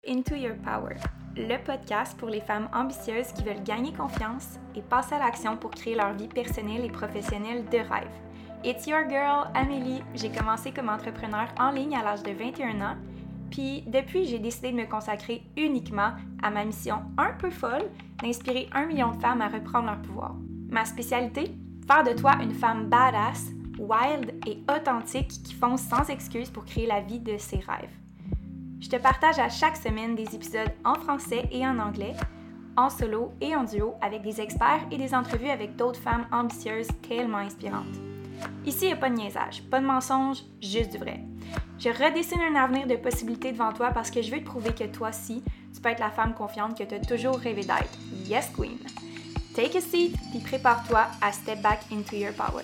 Into Your Power, le podcast pour les femmes ambitieuses qui veulent gagner confiance et passer à l'action pour créer leur vie personnelle et professionnelle de rêve. It's your girl, Amélie. J'ai commencé comme entrepreneur en ligne à l'âge de 21 ans, puis depuis, j'ai décidé de me consacrer uniquement à ma mission un peu folle d'inspirer 1 million de femmes à reprendre leur pouvoir. Ma spécialité? Faire de toi une femme badass, wild et authentique qui fonce sans excuse pour créer la vie de ses rêves. Je te partage à chaque semaine des épisodes en français et en anglais, en solo et en duo avec des experts et des entrevues avec d'autres femmes ambitieuses tellement inspirantes. Ici, il n'y a pas de niaisage, pas de mensonges, juste du vrai. Je redessine un avenir de possibilités devant toi parce que je veux te prouver que toi aussi, tu peux être la femme confiante que tu as toujours rêvé d'être. Yes, queen! Take a seat, puis prépare-toi à step back into your power.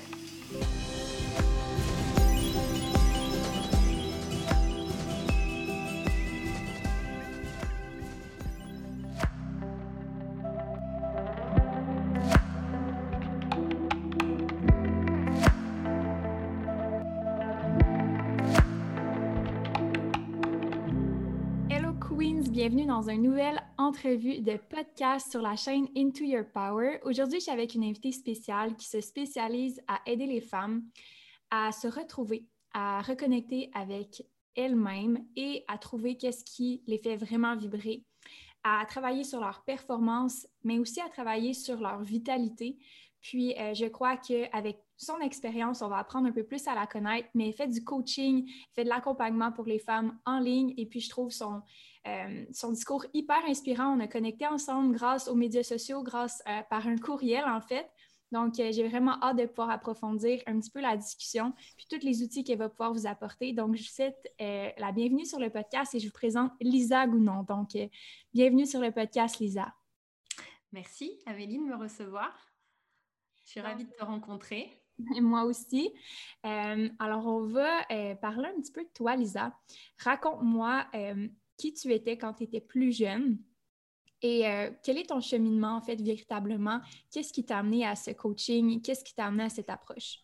Bienvenue dans une nouvelle entrevue de podcast sur la chaîne Into Your Power. Aujourd'hui, je suis avec une invitée spéciale qui se spécialise à aider les femmes à se retrouver, à reconnecter avec elles-mêmes et à trouver qu'est-ce qui les fait vraiment vibrer, à travailler sur leur performance, mais aussi à travailler sur leur vitalité. Puis, je crois qu'avec son expérience, on va apprendre un peu plus à la connaître, mais elle fait du coaching, elle fait de l'accompagnement pour les femmes en ligne et puis je trouve son discours hyper inspirant. On a connecté ensemble grâce aux médias sociaux, par un courriel en fait. Donc, j'ai vraiment hâte de pouvoir approfondir un petit peu la discussion puis tous les outils qu'elle va pouvoir vous apporter. Donc, je vous souhaite la bienvenue sur le podcast et je vous présente Lisa Gounon. Donc, bienvenue sur le podcast, Lisa. Merci, Amélie, de me recevoir. Je suis ravie de te rencontrer. Et moi aussi. Alors, on va parler un petit peu de toi, Lisa. Raconte-moi qui tu étais quand tu étais plus jeune et quel est ton cheminement, en fait, véritablement? Qu'est-ce qui t'a amené à ce coaching? Qu'est-ce qui t'a amené à cette approche?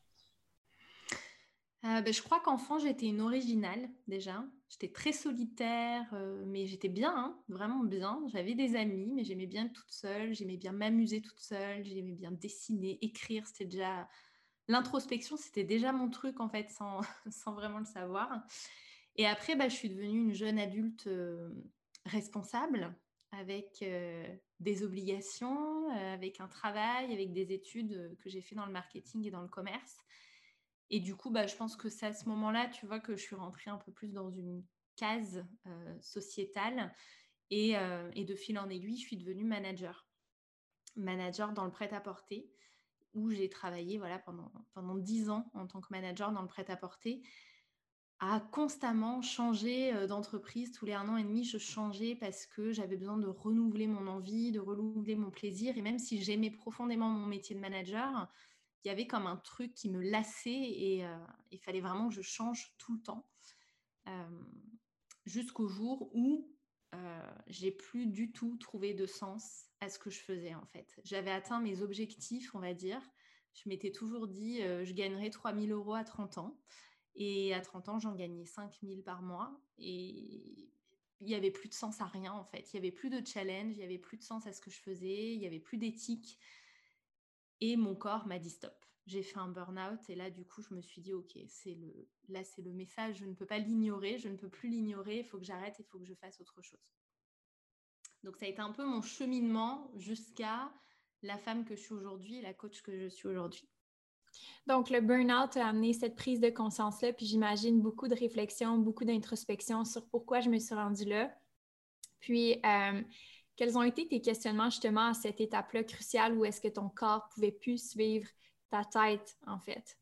Je crois qu'enfant, j'étais une originale déjà. J'étais très solitaire, mais j'étais bien, hein, vraiment bien. J'avais des amis, mais j'aimais bien être toute seule. J'aimais bien m'amuser toute seule. J'aimais bien dessiner, écrire. C'était déjà... L'introspection, c'était déjà mon truc, en fait, sans, sans vraiment le savoir. Et après, je suis devenue une jeune adulte responsable avec des obligations, avec un travail, avec des études que j'ai fait dans le marketing et dans le commerce. Et du coup, je pense que c'est à ce moment-là, tu vois, que je suis rentrée un peu plus dans une case sociétale et de fil en aiguille, je suis devenue manager. Manager dans le prêt-à-porter, où j'ai travaillé voilà, pendant 10 ans en tant que manager dans le prêt-à-porter, à constamment changer d'entreprise. Tous les 1 an et demi, je changeais parce que j'avais besoin de renouveler mon envie, de renouveler mon plaisir. Et même si j'aimais profondément mon métier de manager, il y avait comme un truc qui me lassait et il fallait vraiment que je change tout le temps. Jusqu'au jour où j'ai plus du tout trouvé de sens à ce que je faisais en fait. J'avais atteint mes objectifs, on va dire. Je m'étais toujours dit je gagnerais 3 000 € à 30 ans. Et à 30 ans, j'en gagnais 5 000 par mois. Et il n'y avait plus de sens à rien en fait. Il n'y avait plus de challenge, il n'y avait plus de sens à ce que je faisais, il n'y avait plus d'éthique. Et mon corps m'a dit stop. J'ai fait un burn-out et là, du coup, je me suis dit, OK, c'est le message, je ne peux pas l'ignorer, je ne peux plus l'ignorer, il faut que j'arrête, il faut que je fasse autre chose. Donc, ça a été un peu mon cheminement jusqu'à la femme que je suis aujourd'hui et la coach que je suis aujourd'hui. Donc, le burn-out a amené cette prise de conscience-là, puis j'imagine beaucoup de réflexion, beaucoup d'introspection sur pourquoi je me suis rendue là. Puis, quels ont été tes questionnements justement à cette étape-là cruciale où est-ce que ton corps pouvait plus suivre ta tête, en fait?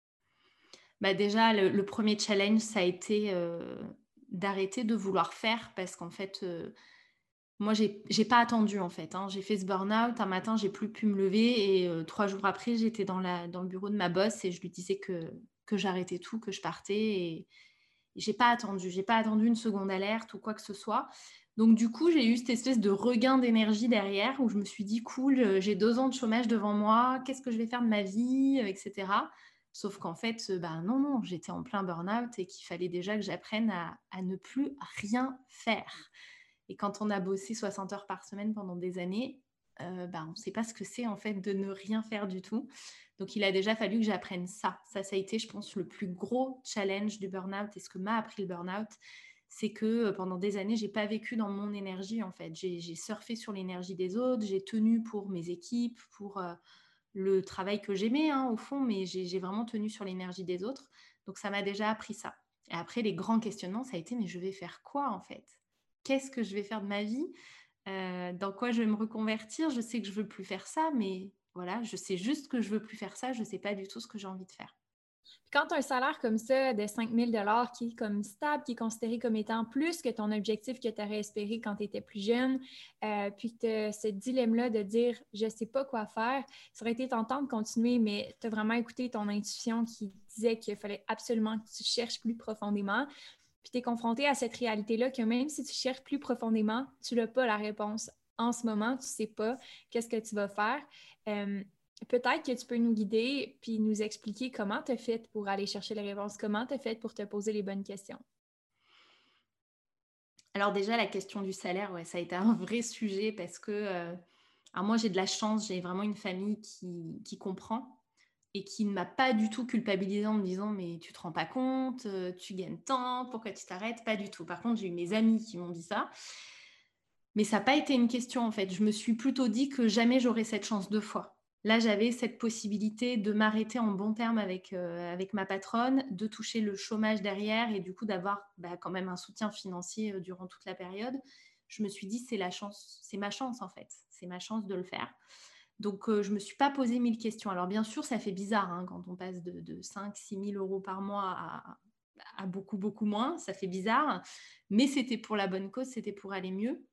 Déjà, le premier challenge, ça a été d'arrêter de vouloir faire parce qu'en fait, moi, j'ai pas attendu en fait. J'ai fait ce burn-out. Un matin, j'ai plus pu me lever et 3 jours après, j'étais dans le bureau de ma boss et je lui disais que j'arrêtais tout, que je partais et j'ai pas attendu. J'ai pas attendu une seconde alerte ou quoi que ce soit. Donc du coup, j'ai eu cette espèce de regain d'énergie derrière où je me suis dit cool, j'ai 2 ans de chômage devant moi. Qu'est-ce que je vais faire de ma vie, etc. Sauf qu'en fait, non, j'étais en plein burn-out et qu'il fallait déjà que j'apprenne à ne plus rien faire. Et quand on a bossé 60 heures par semaine pendant des années, on ne sait pas ce que c'est en fait de ne rien faire du tout. Donc, il a déjà fallu que j'apprenne ça. Ça a été, je pense, le plus gros challenge du burn-out et ce que m'a appris le burn-out, c'est que pendant des années, j'ai pas vécu dans mon énergie en fait. J'ai surfé sur l'énergie des autres, j'ai tenu pour mes équipes, pour le travail que j'aimais au fond, mais j'ai vraiment tenu sur l'énergie des autres. Donc ça m'a déjà appris ça. Et après, les grands questionnements, ça a été, mais je vais faire quoi en fait? Qu'est-ce que je vais faire de ma vie? Dans quoi je vais me reconvertir? Je sais que je veux plus faire ça, mais voilà, je sais juste que je veux plus faire ça, je sais pas du tout ce que j'ai envie de faire. Quand tu as un salaire comme ça de 5 000 qui est comme stable, qui est considéré comme étant plus que ton objectif que tu aurais espéré quand tu étais plus jeune, puis que tu as ce dilemme-là de dire « je sais pas quoi faire », ça aurait été tentant de continuer, mais tu as vraiment écouté ton intuition qui disait qu'il fallait absolument que tu cherches plus profondément. Puis tu es confronté à cette réalité-là que même si tu cherches plus profondément, tu n'as pas la réponse. En ce moment, tu ne sais pas qu'est-ce que tu vas faire. Peut-être que tu peux nous guider puis nous expliquer comment tu as fait pour aller chercher les réponses, comment tu as fait pour te poser les bonnes questions. Alors déjà, la question du salaire, ouais, ça a été un vrai sujet parce que alors moi, j'ai de la chance, j'ai vraiment une famille qui comprend et qui ne m'a pas du tout culpabilisée en me disant: «Mais tu te rends pas compte, tu gagnes tant, pourquoi tu t'arrêtes?» Pas du tout. Par contre, j'ai eu mes amis qui m'ont dit ça, mais ça n'a pas été une question, en fait. Je me suis plutôt dit que jamais j'aurais cette chance 2 fois. Là, j'avais cette possibilité de m'arrêter en bons termes avec ma patronne, de toucher le chômage derrière et du coup d'avoir, quand même un soutien financier, durant toute la période. Je me suis dit: «C'est la chance, c'est ma chance, en fait. C'est ma chance de le faire». Donc je me suis pas posé 1000 questions. Alors bien sûr, ça fait bizarre, quand on passe de 5 000 à 6 000 € par mois à beaucoup, beaucoup moins, ça fait bizarre, mais c'était pour la bonne cause, c'était pour aller mieux.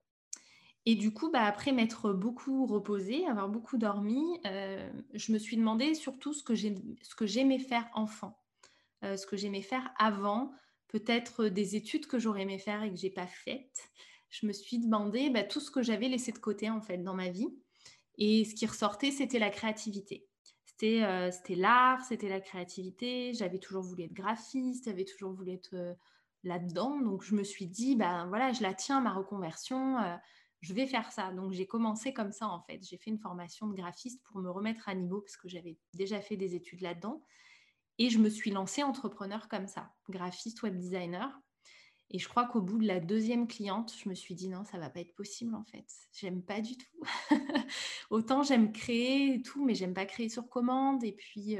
Et du coup, après m'être beaucoup reposée, avoir beaucoup dormi, je me suis demandé surtout ce que j'aimais faire enfant, ce que j'aimais faire avant, peut-être, des études que j'aurais aimé faire et que j'ai pas faites. Je me suis demandé, tout ce que j'avais laissé de côté, en fait, dans ma vie et ce qui ressortait, c'était la créativité. C'était l'art, c'était la créativité. J'avais toujours voulu être graphiste, j'avais toujours voulu être, là-dedans. Donc je me suis dit: «Ben, voilà, je la tiens ma reconversion, je vais faire ça». Donc j'ai commencé comme ça, en fait. J'ai fait une formation de graphiste pour me remettre à niveau parce que j'avais déjà fait des études là-dedans et je me suis lancée entrepreneur comme ça, graphiste, web designer. Et je crois qu'au bout de la deuxième cliente, je me suis dit: «Non, ça va pas être possible, en fait. J'aime pas du tout». Autant j'aime créer et tout, mais j'aime pas créer sur commande et puis,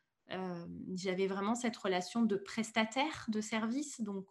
j'avais vraiment cette relation de prestataire de service, donc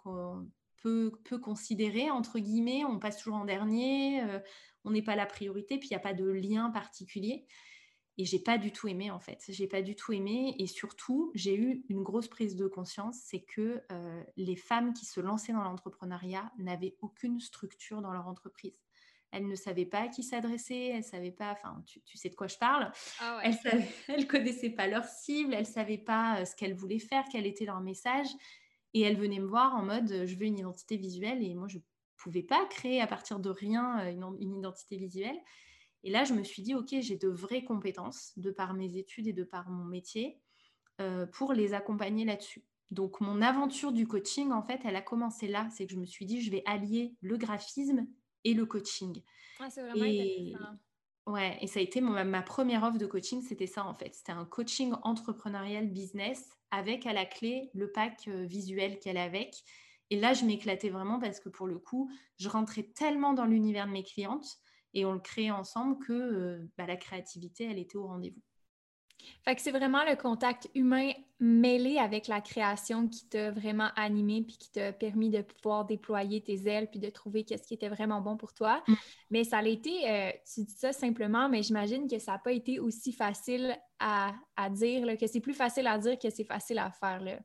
peu «considéré» entre guillemets. On passe toujours en dernier, on n'est pas la priorité, puis il y a pas de lien particulier et j'ai pas du tout aimé, en fait. J'ai pas du tout aimé et surtout, j'ai eu une grosse prise de conscience, c'est que, les femmes qui se lançaient dans l'entrepreneuriat n'avaient aucune structure dans leur entreprise. Elles ne savaient pas à qui s'adresser, elles savaient pas enfin, tu sais de quoi je parle. Ah Elles ouais. savaient elles connaissaient pas leur cible, elles savaient pas, ce qu'elles voulaient faire, quel était leur message et elles venaient me voir en mode, «Je veux une identité visuelle» et moi je pouvais pas créer à partir de rien, une identité visuelle et là, je me suis dit: «OK, j'ai de vraies compétences, de par mes études et de par mon métier, pour les accompagner là-dessus». Donc mon aventure du coaching, en fait, elle a commencé là. C'est que je me suis dit: «Je vais allier le graphisme et le coaching» Ah, c'est vraiment et intéressant. ouais et ça a été ma 1re offre de coaching, c'était ça, en fait. C'était un coaching entrepreneurial business avec à la clé le pack, visuel qu'elle avec et là, je m'éclatais vraiment parce que pour le coup, je rentrais tellement dans l'univers de mes clientes et on le créait ensemble que, la créativité, elle était au rendez-vous. Fait que c'est vraiment le contact humain mêlé avec la création qui t'a vraiment animé puis qui t'a permis de pouvoir déployer tes ailes puis de trouver qu'est-ce qui était vraiment bon pour toi. Mmh. Mais ça a été, tu dis ça simplement, mais j'imagine que ça n'a pas été aussi facile à dire, là, que c'est plus facile à dire que c'est facile à faire, là.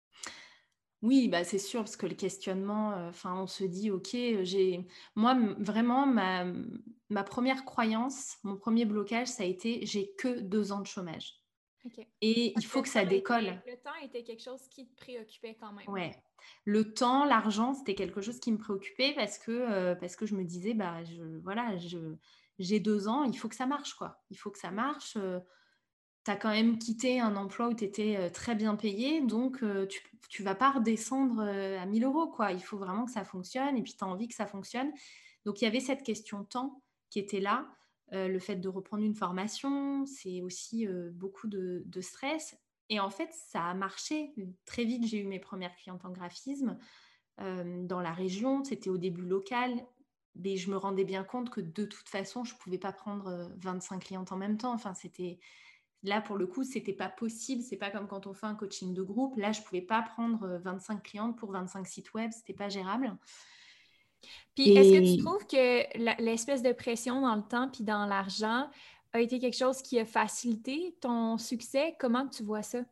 Oui, c'est sûr parce que le questionnement, enfin, on se dit: «OK, j'ai» moi, vraiment ma 1re croyance, mon premier blocage, ça a été: «J'ai que 2 ans de chômage OK. et il Parce que faut que ça décolle». le temps était quelque chose qui te préoccupait quand même. Ouais. Le temps, l'argent, c'était quelque chose qui me préoccupait parce que je me disais: j'ai 2 ans, il faut que ça marche, quoi. Il faut que ça marche, tu as quand même quitté un emploi où tu étais très bien payé, donc tu vas pas redescendre à 1 000 € quoi. Il faut vraiment que ça fonctionne et puis tu as envie que ça fonctionne. Donc il y avait cette question temps qui était là. Le fait de reprendre une formation, c'est aussi, beaucoup de stress et en fait, ça a marché. Très vite, j'ai eu mes premières clientes en graphisme, dans la région. C'était au début local, mais je me rendais bien compte que de toute façon, je pouvais pas prendre, 25 clientes en même temps. Enfin, c'était là, pour le coup, c'était pas possible. C'est pas comme quand on fait un coaching de groupe. Là, je pouvais pas prendre, 25 clientes pour 25 sites web, c'était pas gérable Puis est-ce que tu et trouves que l'espèce de pression dans le temps puis dans l'argent a été quelque chose qui a facilité ton succès? Comment tu vois ça?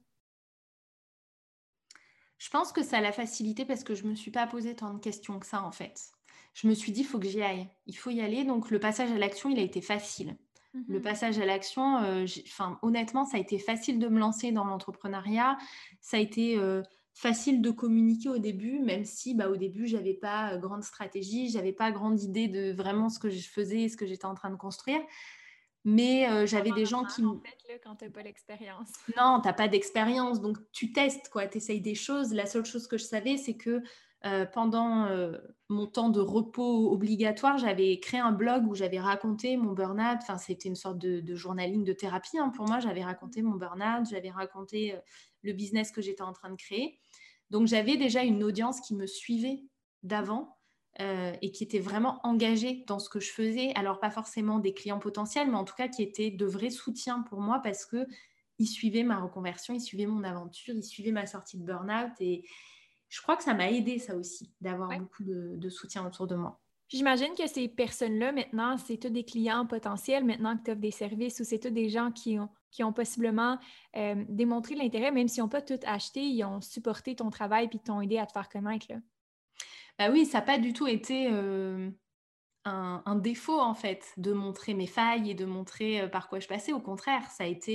je pense que ça l'a facilité parce que je me suis pas posé tant de questions que ça, en fait. Je me suis dit: «Il faut que j'y aille. Il faut y aller», donc le passage à l'action, il a été facile. Le Mhm. passage à l'action, honnêtement, ça a été facile de me lancer dans l'entrepreneuriat. Ça a été, facile de communiquer au début, même si, bah, au début, j'avais pas, grande stratégie, j'avais pas grande idée de vraiment ce que je faisais et ce que j'étais en train de construire. Mais, j'avais des gens qui En m fait, là, quand tu n'as pas l'expérience. non, tu as pas d'expérience, donc tu testes quoi, tu essayes des choses. La seule chose que je savais, c'est que, pendant, mon temps de repos obligatoire, j'avais créé un blog où j'avais raconté mon burn-out. Enfin, c'était une sorte de journaling de thérapie, hein, pour moi. J'avais raconté mon burn-out, j'avais raconté, le business que j'étais en train de créer. Donc j'avais déjà une audience qui me suivait d'avant, et qui était vraiment engagée dans ce que je faisais. Alors pas forcément des clients potentiels, mais en tout cas qui étaient de vrais soutiens pour moi parce que ils suivaient ma reconversion, ils suivaient mon aventure, ils suivaient ma sortie de burn-out et je crois que ça m'a aidé ça aussi, d'avoir Ouais. beaucoup de soutien autour de moi. J'imagine que ces personnes-là, maintenant, c'est tous des clients potentiels, maintenant que tu offres des services, ou c'est tous des gens qui ont possiblement démontré l'intérêt, même s'ils n'ont pas tout acheté, ils ont supporté ton travail puis t'ont aidé à te faire connaître, là. Bah oui, ça n'a pas du tout été, un défaut en fait, de montrer mes failles et de montrer, par quoi je passais. Au contraire,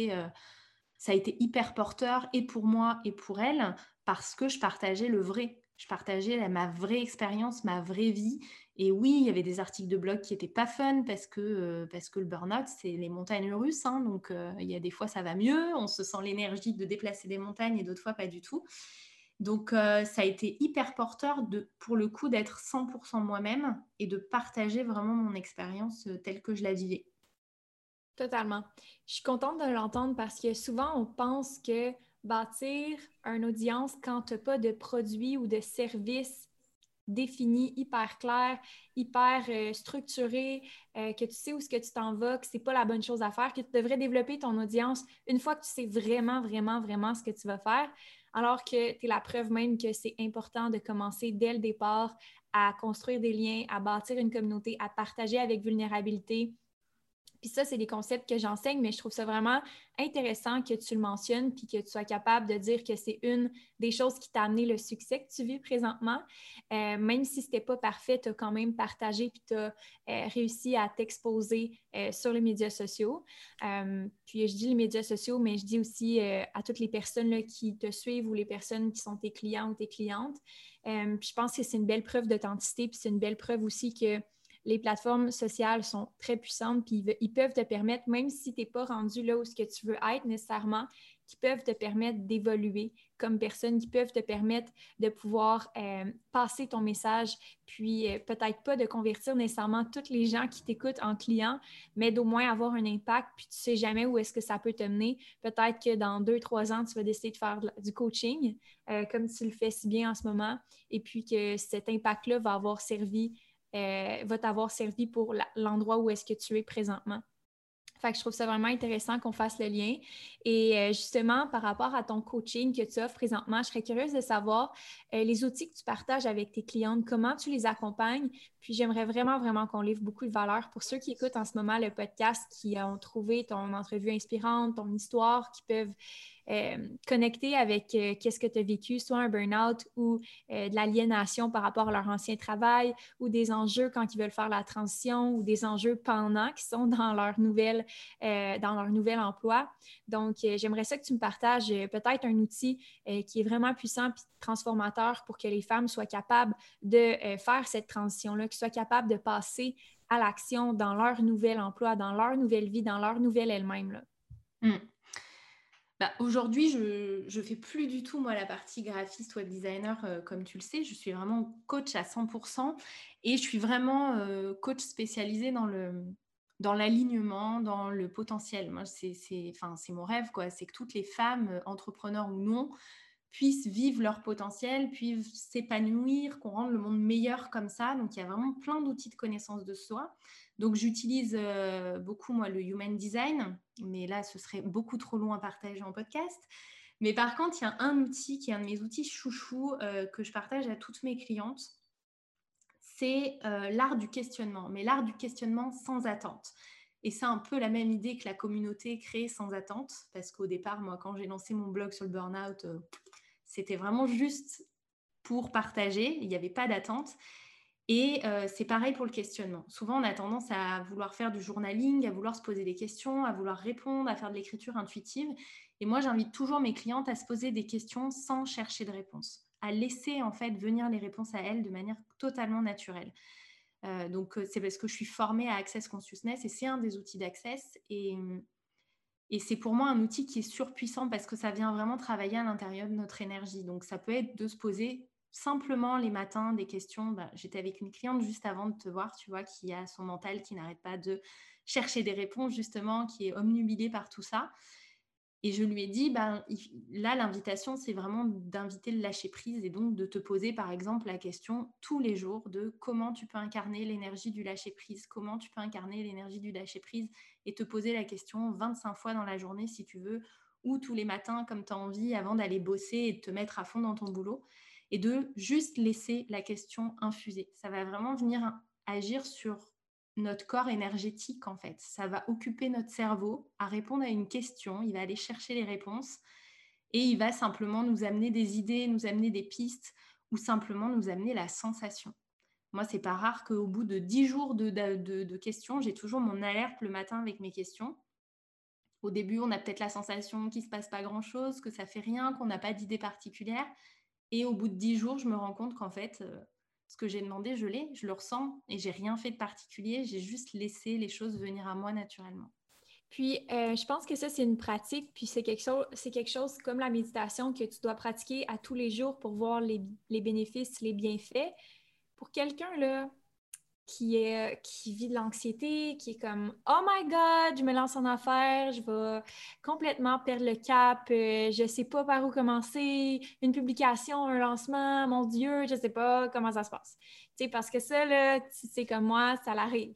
ça a été hyper porteur et pour moi et pour elle, parce que je partageais le vrai. Je partageais ma vraie expérience, ma vraie vie et oui, il y avait des articles de blog qui étaient pas fun parce que le burn-out, c'est les montagnes russes, hein, donc il y a des fois ça va mieux, on se sent l'énergie de déplacer des montagnes et d'autres fois pas du tout. Donc ça a été hyper porteur pour le coup, d'être 100 moi-même et de partager vraiment mon expérience, telle que je la vivais. Totalement. Je suis contente de l'entendre parce que souvent, on pense que bâtir une audience quand tu n'as pas de produit ou de service défini, hyper clair, hyper structuré, que tu sais où est-ce que tu t'en vas, que c'est pas la bonne chose à faire, que tu devrais développer ton audience une fois que tu sais vraiment, vraiment, vraiment ce que tu vas faire, alors que tu es la preuve même que c'est important de commencer dès le départ à construire des liens, à bâtir une communauté, à partager avec vulnérabilité. Puis ça, c'est des concepts que j'enseigne, mais je trouve ça vraiment intéressant que tu le mentionnes puis que tu sois capable de dire que c'est une des choses qui t'a amené le succès que tu vis présentement. Même si ce n'était pas parfait, tu as quand même partagé puis tu as réussi à t'exposer sur les médias sociaux. Puis je dis les médias sociaux, mais je dis aussi à toutes les personnes là, qui te suivent ou les personnes qui sont tes clients ou tes clientes. Puis je pense que c'est une belle preuve d'authenticité puis c'est une belle preuve aussi que les plateformes sociales sont très puissantes, puis ils peuvent te permettre, même si tu n'es pas rendu là où ce que tu veux être nécessairement, qui peuvent te permettre d'évoluer comme personne, qui peuvent te permettre de pouvoir passer ton message, puis peut-être pas de convertir nécessairement tous les gens qui t'écoutent en clients, mais d'au moins avoir un impact, puis tu sais jamais où est-ce que ça peut te mener. Peut-être que dans 2-3 ans, tu vas décider de faire du coaching, comme tu le fais si bien en ce moment, et puis que cet impact-là va avoir servi va t'avoir servi pour l'endroit où est-ce que tu es présentement. Fait que je trouve ça vraiment intéressant qu'on fasse le lien. Et justement, par rapport à ton coaching que tu offres présentement, je serais curieuse de savoir les outils que tu partages avec tes clientes, comment tu les accompagnes. Puis j'aimerais vraiment, vraiment qu'on livre beaucoup de valeur pour ceux qui écoutent en ce moment le podcast, qui ont trouvé ton entrevue inspirante, ton histoire, qui peuvent connecter avec qu'est-ce que tu as vécu, soit un burn-out ou de l'aliénation par rapport à leur ancien travail ou des enjeux quand ils veulent faire la transition ou des enjeux pendant qui sont dans leur nouvel emploi. Donc, j'aimerais ça que tu me partages peut-être un outil qui est vraiment puissant et transformateur pour que les femmes soient capables de faire cette transition-là, qu'elles soient capables de passer à l'action dans leur nouvel emploi, dans leur nouvelle vie, dans leur nouvelle elle-même, là. Mmh. Aujourd'hui, je fais plus du tout, moi, la partie graphiste web designer, comme tu le sais. Je suis vraiment coach à 100% et je suis vraiment, coach spécialisée dans l'alignement, dans le potentiel. Moi, c'est mon rêve, quoi. C'est que toutes les femmes, entrepreneurs ou non, puissent vivre leur potentiel, puissent s'épanouir, qu'on rende le monde meilleur comme ça. Donc, il y a vraiment plein d'outils de connaissance de soi. Donc, j'utilise beaucoup, moi, le human design, mais là, ce serait beaucoup trop long à partager en podcast. Mais par contre, il y a un outil qui est un de mes outils chouchou que je partage à toutes mes clientes. C'est l'art du questionnement, mais l'art du questionnement sans attente. Et c'est un peu la même idée que la communauté créée sans attente, parce qu'au départ, moi, quand j'ai lancé mon blog sur le burn-out, c'était vraiment juste pour partager, il n'y avait pas d'attente. Et c'est pareil pour le questionnement. Souvent, on a tendance à vouloir faire du journaling, à vouloir se poser des questions, à vouloir répondre, à faire de l'écriture intuitive. Et moi, j'invite toujours mes clientes à se poser des questions sans chercher de réponse, à laisser en fait venir les réponses à elles de manière totalement naturelle. C'est parce que je suis formée à Access Consciousness et c'est un des outils d'Access. Et c'est pour moi un outil qui est surpuissant parce que ça vient vraiment travailler à l'intérieur de notre énergie. Donc, ça peut être de se poser simplement les matins des questions. J'étais avec une cliente juste avant de te voir, tu vois, qui a son mental qui n'arrête pas de chercher des réponses, justement, qui est omnubilée par tout ça. Et je lui ai dit, là, l'invitation, c'est vraiment d'inviter le lâcher prise et donc de te poser, par exemple, la question tous les jours de comment tu peux incarner l'énergie du lâcher prise, comment tu peux incarner l'énergie du lâcher prise et te poser la question 25 fois dans la journée si tu veux, ou tous les matins comme tu as envie avant d'aller bosser et de te mettre à fond dans ton boulot et de juste laisser la question infuser. Ça va vraiment venir agir sur notre corps énergétique, en fait. Ça va occuper notre cerveau à répondre à une question. Il va aller chercher les réponses et il va simplement nous amener des idées, nous amener des pistes ou simplement nous amener la sensation. Moi, c'est pas rare qu'au bout de 10 jours de questions, j'ai toujours mon alerte le matin avec mes questions. Au début, on a peut-être la sensation qu'il ne se passe pas grand-chose, que ça fait rien, qu'on n'a pas d'idée particulière. Et au bout de 10 jours, je me rends compte qu'en fait, ce que j'ai demandé, je le ressens et j'ai rien fait de particulier. J'ai juste laissé les choses venir à moi naturellement. Puis, je pense que ça, c'est une pratique, puis c'est quelque chose comme la méditation que tu dois pratiquer à tous les jours pour voir les bénéfices, les bienfaits. Pour quelqu'un, là, qui vit de l'anxiété, qui est comme « Oh my God, je me lance en affaires, je vais complètement perdre le cap, je sais pas par où commencer, une publication, un lancement, mon Dieu, je sais pas comment ça se passe. » Tu sais, parce que ça, là, c'est comme moi, ça l'arrive.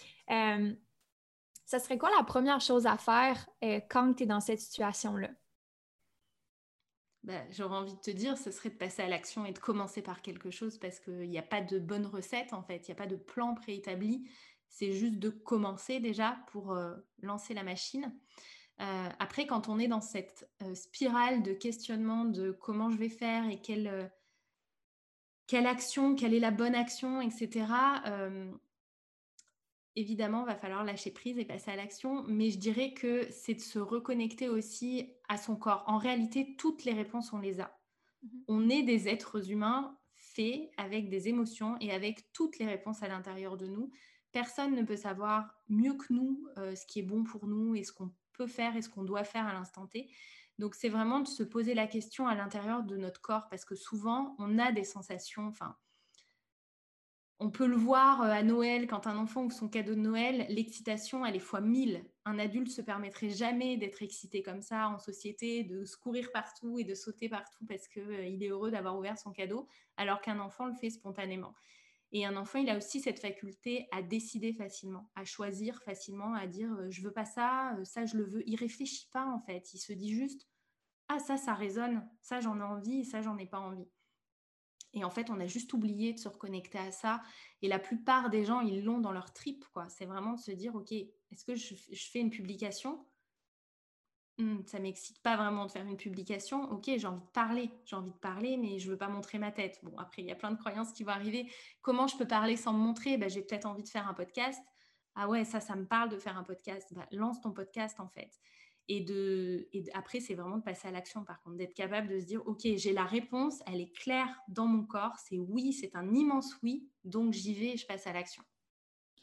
Ça serait quoi la première chose à faire quand tu es dans cette situation-là? J'aurais envie de te dire, ce serait de passer à l'action et de commencer par quelque chose parce qu'il n'y a pas de bonne recette en fait, il n'y a pas de plan préétabli. C'est juste de commencer déjà pour lancer la machine. Après, quand on est dans cette spirale de questionnement de comment je vais faire et quelle action, quelle est la bonne action, etc. Évidemment, va falloir lâcher prise et passer à l'action, mais je dirais que c'est de se reconnecter aussi à son corps. En réalité, toutes les réponses, on les a. Mhm. On est des êtres humains faits avec des émotions et avec toutes les réponses à l'intérieur de nous. Personne ne peut savoir mieux que nous ce qui est bon pour nous et ce qu'on peut faire et ce qu'on doit faire à l'instant T. Donc, c'est vraiment de se poser la question à l'intérieur de notre corps parce que souvent, on a des sensations, enfin, on peut le voir à Noël, quand un enfant ouvre son cadeau de Noël, l'excitation, elle est fois 1000. Un adulte se permettrait jamais d'être excité comme ça en société, de se courir partout et de sauter partout parce qu'il est heureux d'avoir ouvert son cadeau, alors qu'un enfant le fait spontanément. Et un enfant, il a aussi cette faculté à décider facilement, à choisir facilement, à dire je veux pas ça, ça je le veux. Il réfléchit pas en fait, il se dit juste ah ça résonne, ça j'en ai envie et ça j'en ai pas envie. Et en fait, on a juste oublié de se reconnecter à ça. Et la plupart des gens, ils l'ont dans leur trip, quoi. C'est vraiment de se dire, OK, est-ce que je fais une publication? Ça m'excite pas vraiment de faire une publication. OK, j'ai envie de parler, mais je veux pas montrer ma tête. Bon, après, il y a plein de croyances qui vont arriver. Comment je peux parler sans me montrer? J'ai peut-être envie de faire un podcast. Ah ouais, ça me parle de faire un podcast. Lance ton podcast, en fait. Après, c'est vraiment de passer à l'action, par contre, d'être capable de se dire, OK, j'ai la réponse, elle est claire dans mon corps, c'est oui, c'est un immense oui, donc j'y vais et je passe à l'action.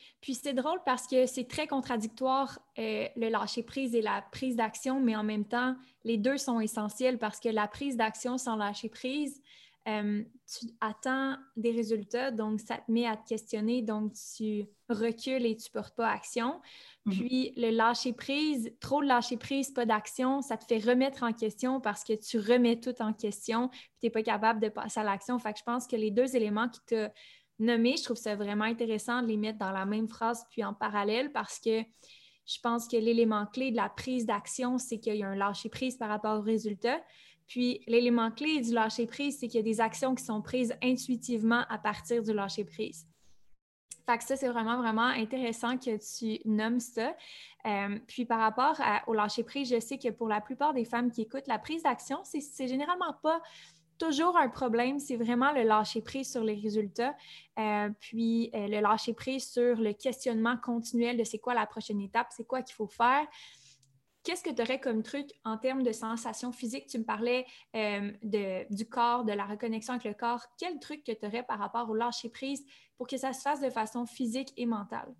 Puis c'est drôle parce que c'est très contradictoire, le lâcher-prise et la prise d'action, mais en même temps, les deux sont essentiels parce que la prise d'action sans lâcher-prise, tu attends des résultats, donc ça te met à te questionner, donc tu recules et tu ne portes pas action. Puis le lâcher-prise, trop de lâcher-prise, pas d'action, ça te fait remettre en question parce que tu remets tout en question, puis tu n'es pas capable de passer à l'action. Fait que je pense que les deux éléments qui te nommés, je trouve ça vraiment intéressant de les mettre dans la même phrase puis en parallèle parce que je pense que l'élément clé de la prise d'action, c'est qu'il y a un lâcher-prise par rapport au résultat. Puis l'élément clé du lâcher-prise, c'est qu'il y a des actions qui sont prises intuitivement à partir du lâcher-prise. Fait que ça, c'est vraiment, vraiment intéressant que tu nommes ça. Puis par rapport au lâcher-prise, je sais que pour la plupart des femmes qui écoutent, la prise d'action, c'est généralement pas toujours un problème, c'est vraiment le lâcher-prise sur les résultats, puis le lâcher-prise sur le questionnement continuel de c'est quoi la prochaine étape, c'est quoi qu'il faut faire. Qu'est-ce que tu aurais comme truc en termes de sensations physiques? Tu me parlais du corps, de la reconnexion avec le corps. Quel truc que tu aurais par rapport au lâcher-prise pour que ça se fasse de façon physique et mentale?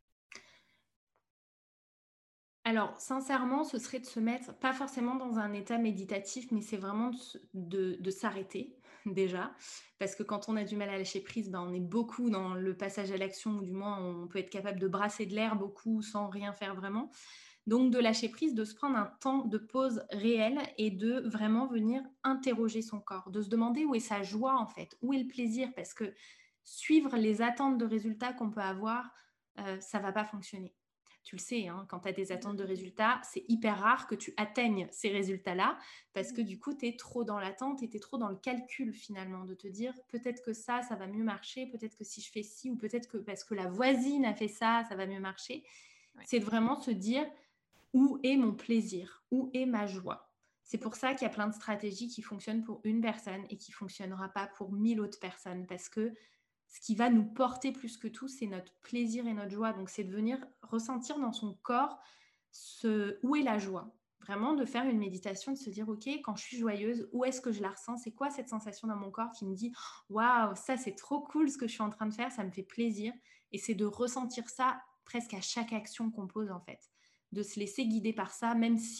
Alors, sincèrement, ce serait de se mettre, pas forcément dans un état méditatif, mais c'est vraiment de s'arrêter déjà. Parce que quand on a du mal à lâcher prise, ben, on est beaucoup dans le passage à l'action, ou du moins on peut être capable de brasser de l'air beaucoup sans rien faire vraiment. Donc, de lâcher prise, de se prendre un temps de pause réel et de vraiment venir interroger son corps, de se demander où est sa joie en fait, où est le plaisir, parce que suivre les attentes de résultats qu'on peut avoir, ça ne va pas fonctionner. Tu le sais, hein, quand tu as des attentes de résultats, c'est hyper rare que tu atteignes ces résultats-là parce que du coup, tu es trop dans l'attente et tu es trop dans le calcul finalement de te dire peut-être que ça va mieux marcher, peut-être que si je fais ci ou peut-être que parce que la voisine a fait ça, ça va mieux marcher. Ouais. C'est de vraiment se dire où est mon plaisir, où est ma joie. C'est pour ça qu'il y a plein de stratégies qui fonctionnent pour une personne et qui ne fonctionnera pas pour 1000 autres personnes parce que ce qui va nous porter plus que tout, c'est notre plaisir et notre joie. Donc, c'est de venir ressentir dans son corps où est la joie. Vraiment de faire une méditation, de se dire, OK, quand je suis joyeuse, où est-ce que je la ressens? C'est quoi cette sensation dans mon corps qui me dit, waouh, ça c'est trop cool ce que je suis en train de faire, ça me fait plaisir. Et c'est de ressentir ça presque à chaque action qu'on pose en fait. De se laisser guider par ça,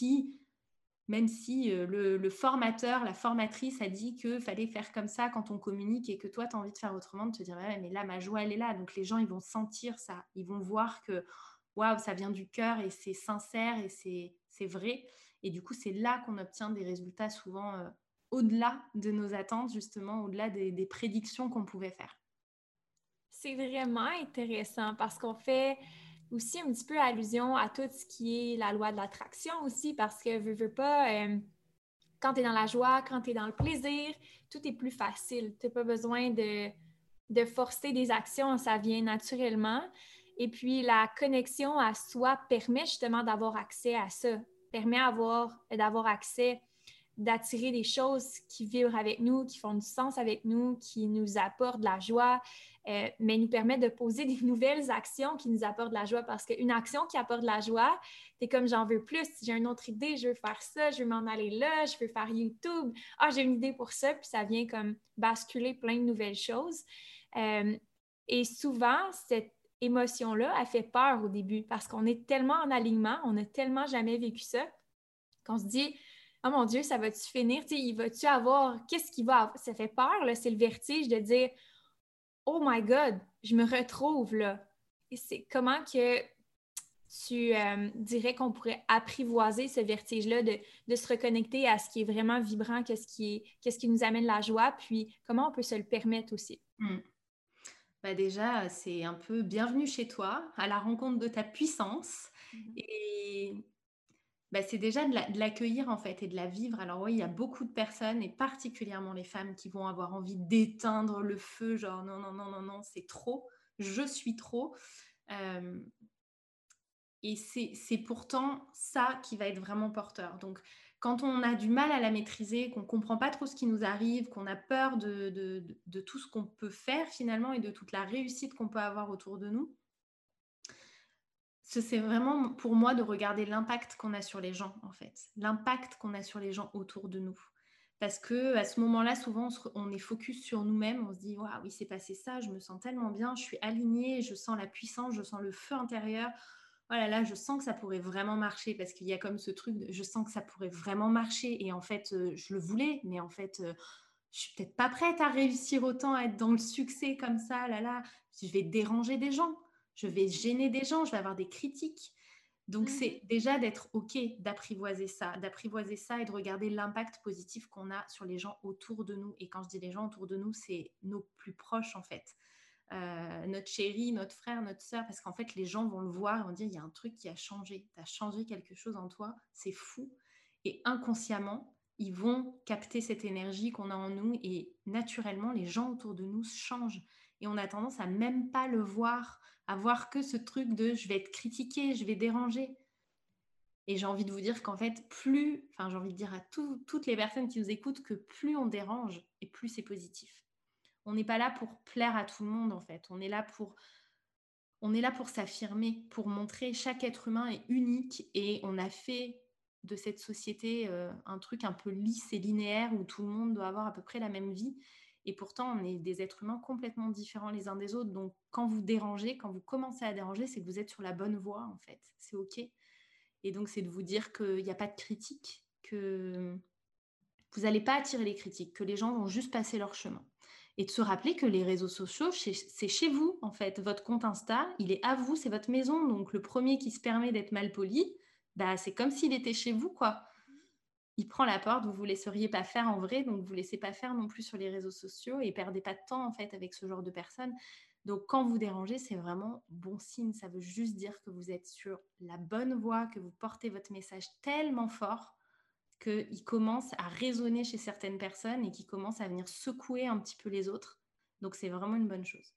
même si le formateur, la formatrice a dit qu'il fallait faire comme ça quand on communique et que toi, tu as envie de faire autrement, de te dire ouais, mais là, ma joie, elle est là. Donc, les gens, ils vont sentir ça. Ils vont voir que waouh, ça vient du cœur et c'est sincère et c'est vrai. Et du coup, c'est là qu'on obtient des résultats souvent au-delà de nos attentes, justement, au-delà des prédictions qu'on pouvait faire. C'est vraiment intéressant parce qu'on fait aussi un petit peu allusion à tout ce qui est la loi de l'attraction aussi parce que veux pas, quand tu es dans la joie, quand tu es dans le plaisir, tout est plus facile. Tu n'as pas besoin de forcer des actions, ça vient naturellement. Et puis la connexion à soi permet justement d'avoir accès à ça, permet d'avoir accès, d'attirer des choses qui vibrent avec nous, qui font du sens avec nous, qui nous apportent de la joie, mais nous permettent de poser des nouvelles actions qui nous apportent de la joie parce qu'une action qui apporte de la joie, t'es comme j'en veux plus, j'ai une autre idée, je veux faire ça, je veux m'en aller là, je veux faire YouTube, ah j'ai une idée pour ça, puis ça vient comme basculer plein de nouvelles choses. Et souvent, cette émotion-là, elle fait peur au début parce qu'on est tellement en alignement, on n'a tellement jamais vécu ça qu'on se dit oh mon Dieu, ça va-tu finir? T'sais, il va-tu avoir. Qu'est-ce qui va avoir? Ça fait peur, là, c'est le vertige de dire oh my God, je me retrouve là. Et c'est comment que tu dirais qu'on pourrait apprivoiser ce vertige-là, de se reconnecter à ce qui est vraiment vibrant, qu'est-ce qui nous amène la joie, puis comment on peut se le permettre aussi. Bah déjà, c'est un peu bienvenue chez toi, à la rencontre de ta puissance. Et bah, c'est déjà de l'accueillir en fait et de la vivre. Alors oui, il y a beaucoup de personnes et particulièrement les femmes qui vont avoir envie d'éteindre le feu, genre non, non, non, non, non, c'est trop, je suis trop. Euh, et c'est pourtant ça qui va être vraiment porteur. Donc, quand on a du mal à la maîtriser, qu'on ne comprend pas trop ce qui nous arrive, qu'on a peur de tout ce qu'on peut faire finalement et de toute la réussite qu'on peut avoir autour de nous, c'est vraiment pour moi de regarder l'impact qu'on a sur les gens, en fait. L'impact qu'on a sur les gens autour de nous. Parce que à ce moment-là, souvent, on est focus sur nous-mêmes. On se dit: «Waouh, il s'est passé ça, je me sens tellement bien, je suis alignée, je sens la puissance, je sens le feu intérieur. Oh là là, je sens que ça pourrait vraiment marcher». Parce qu'il y a comme ce truc de: «Je sens que ça pourrait vraiment marcher» et en fait, je le voulais, mais en fait, je suis peut-être pas prête à réussir autant, à être dans le succès comme ça, là là. Je vais déranger des gens, je vais gêner des gens, je vais avoir des critiques. Donc, Mhm. c'est déjà d'être OK, d'apprivoiser ça et de regarder l'impact positif qu'on a sur les gens autour de nous. Et quand je dis les gens autour de nous, c'est nos plus proches en fait. Notre chéri, notre frère, notre sœur, parce qu'en fait, les gens vont le voir et vont dire, il y a un truc qui a changé, tu as changé quelque chose en toi, c'est fou. Et inconsciemment, ils vont capter cette énergie qu'on a en nous et naturellement, les gens autour de nous changent. Et on a tendance à même pas le voir, à voir que ce truc de je vais être critiqué, je vais déranger. Et j'ai envie de vous dire qu'en fait, j'ai envie de dire à toutes les personnes qui nous écoutent que plus on dérange et plus c'est positif. On n'est pas là pour plaire à tout le monde en fait. On est là pour s'affirmer, pour montrer chaque être humain est unique et on a fait de cette société un truc un peu lisse et linéaire où tout le monde doit avoir à peu près la même vie. Et pourtant, on est des êtres humains complètement différents les uns des autres. Donc, quand vous dérangez, quand vous commencez à déranger, c'est que vous êtes sur la bonne voie en fait. C'est OK. Et donc, c'est de vous dire qu'il n'y a pas de critique, que vous n'allez pas attirer les critiques, que les gens vont juste passer leur chemin. Et de se rappeler que les réseaux sociaux, c'est chez vous, en fait. Votre compte Insta, il est à vous, c'est votre maison. Donc, le premier qui se permet d'être mal poli, bah, c'est comme s'il était chez vous, quoi. Il prend la porte, vous ne vous laisseriez pas faire en vrai, donc vous ne laissez pas faire non plus sur les réseaux sociaux et perdez pas de temps, en fait, avec ce genre de personnes. Donc, quand vous dérangez, c'est vraiment bon signe. Ça veut juste dire que vous êtes sur la bonne voie, que vous portez votre message tellement fort qu'il commence à résonner chez certaines personnes et qui commence à venir secouer un petit peu les autres. Donc, c'est vraiment une bonne chose.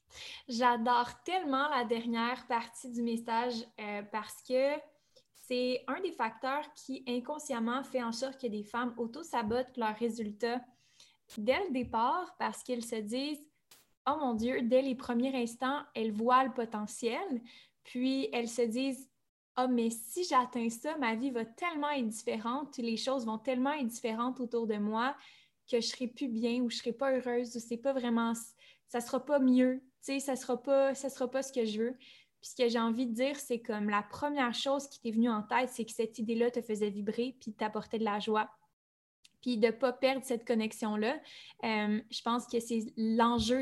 J'adore tellement la dernière partie du message parce que c'est un des facteurs qui inconsciemment fait en sorte que des femmes auto-sabotent leurs résultats dès le départ parce qu'elles se disent oh mon Dieu, dès les premiers instants, elles voient le potentiel, puis elles se disent oh, mais si j'atteins ça, ma vie va tellement être différente, les choses vont tellement être différentes autour de moi que je serai plus bien ou je serai pas heureuse ou c'est pas vraiment, ça sera pas mieux, tu sais, ça sera pas ce que je veux. Puis ce que j'ai envie de dire, c'est comme la première chose qui t'est venue en tête, c'est que cette idée-là te faisait vibrer puis t'apportait de la joie puis de ne pas perdre cette connexion-là. Je pense que c'est l'enjeu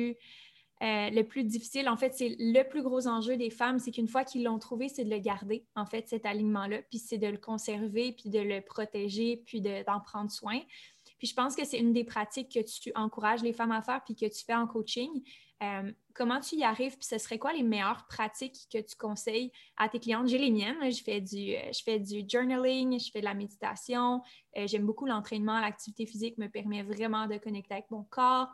le plus difficile. En fait, c'est le plus gros enjeu des femmes, c'est qu'une fois qu'ils l'ont trouvé, c'est de le garder, en fait, cet alignement-là, puis c'est de le conserver, puis de le protéger, puis d'en prendre soin. Puis je pense que c'est une des pratiques que tu encourages les femmes à faire, puis que tu fais en coaching. Comment tu y arrives, puis ce serait quoi les meilleures pratiques que tu conseilles à tes clientes? J'ai les miennes, je fais du journaling, je fais de la méditation, j'aime beaucoup l'entraînement, l'activité physique me permet vraiment de connecter avec mon corps.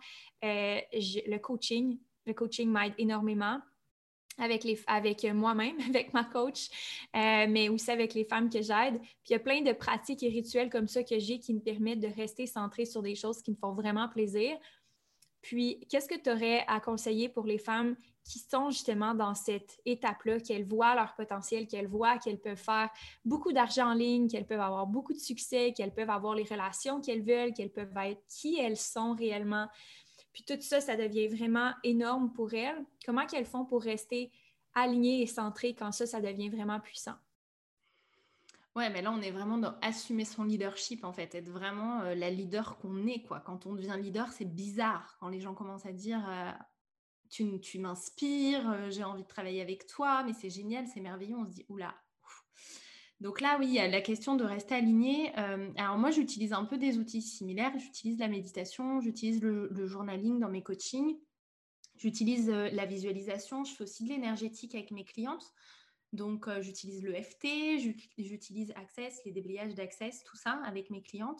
Le coaching m'aide énormément avec moi-même, avec ma coach, mais aussi avec les femmes que j'aide. Puis il y a plein de pratiques et rituels comme ça que j'ai qui me permettent de rester centrée sur des choses qui me font vraiment plaisir. Puis, qu'est-ce que tu aurais à conseiller pour les femmes qui sont justement dans cette étape-là, qu'elles voient leur potentiel, qu'elles voient qu'elles peuvent faire beaucoup d'argent en ligne, qu'elles peuvent avoir beaucoup de succès, qu'elles peuvent avoir les relations qu'elles veulent, qu'elles peuvent être qui elles sont réellement. Puis tout ça, ça devient vraiment énorme pour elles. Comment qu'elles font pour rester alignées et centrées quand ça devient vraiment puissant? Ouais, mais là, on est vraiment dans assumer son leadership, en fait, être vraiment la leader qu'on est, quoi. Quand on devient leader, c'est bizarre. Quand les gens commencent à dire tu m'inspires, j'ai envie de travailler avec toi, mais c'est génial, c'est merveilleux. On se dit oula. Donc là, oui, il y a la question de rester aligné. Alors moi, j'utilise un peu des outils similaires. J'utilise la méditation, j'utilise le journaling dans mes coachings. J'utilise la visualisation. Je fais aussi de l'énergétique avec mes clientes. Donc, j'utilise le FT, j'utilise Access, les déblayages d'Access, tout ça avec mes clientes.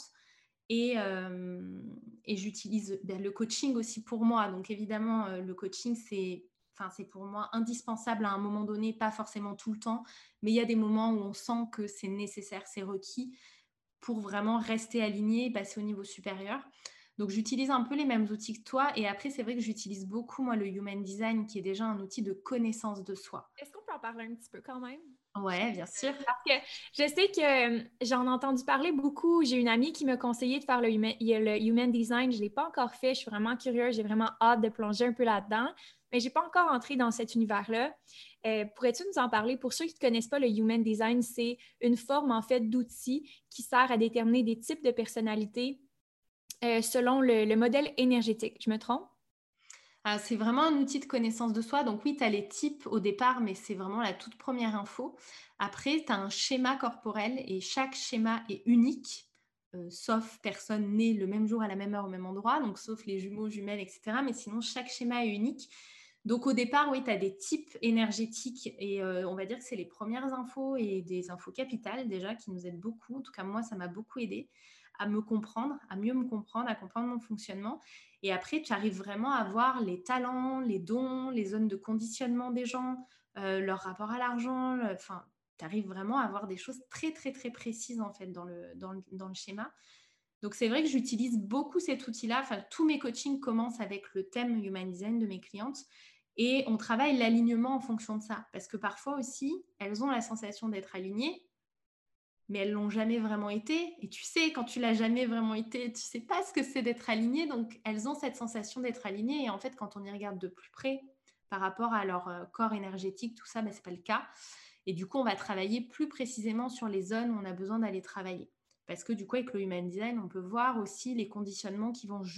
Et j'utilise le coaching aussi pour moi. Donc, évidemment, le coaching, c'est pour moi indispensable à un moment donné, pas forcément tout le temps, mais il y a des moments où on sent que c'est nécessaire, c'est requis pour vraiment rester aligné et passer au niveau supérieur. Donc, j'utilise un peu les mêmes outils que toi. Et après, c'est vrai que j'utilise beaucoup, moi, le Human Design, qui est déjà un outil de connaissance de soi. Est-ce qu'on peut en parler un petit peu quand même? Ouais, bien sûr. Parce que je sais que j'en ai entendu parler beaucoup. J'ai une amie qui m'a conseillé de faire le Human Design. Je ne l'ai pas encore fait. Je suis vraiment curieuse. J'ai vraiment hâte de plonger un peu là-dedans. Mais je n'ai pas encore entré dans cet univers-là. Pourrais-tu nous en parler? Pour ceux qui ne connaissent pas le Human Design, c'est une forme en fait d'outil qui sert à déterminer des types de personnalités selon le modèle énergétique. Je me trompe? Ah, c'est vraiment un outil de connaissance de soi. Donc oui, tu as les types au départ, mais c'est vraiment la toute première info. Après, tu as un schéma corporel et chaque schéma est unique, sauf personne née le même jour à la même heure au même endroit, donc sauf les jumeaux, jumelles, etc. Mais sinon, chaque schéma est unique. Donc au départ, oui, tu as des types énergétiques et on va dire que c'est les premières infos et des infos capitales déjà qui nous aident beaucoup. En tout cas, moi, ça m'a beaucoup aidé à me comprendre, à mieux me comprendre, à comprendre mon fonctionnement. Et après, tu arrives vraiment à voir les talents, les dons, les zones de conditionnement des gens, leur rapport à l'argent. Enfin, tu arrives vraiment à voir des choses très, très, très précises en fait dans le schéma. Donc, c'est vrai que j'utilise beaucoup cet outil-là. Enfin, tous mes coachings commencent avec le thème Human Design de mes clientes et on travaille l'alignement en fonction de ça. Parce que parfois aussi, elles ont la sensation d'être alignées, mais elles l'ont jamais vraiment été. Et tu sais, quand tu l'as jamais vraiment été, tu sais pas ce que c'est d'être aligné. Donc, elles ont cette sensation d'être alignées. Et en fait, quand on y regarde de plus près par rapport à leur corps énergétique, tout ça, ben, c'est pas le cas. Et du coup, on va travailler plus précisément sur les zones où on a besoin d'aller travailler. Parce que du coup, avec le Human Design, on peut voir aussi les conditionnements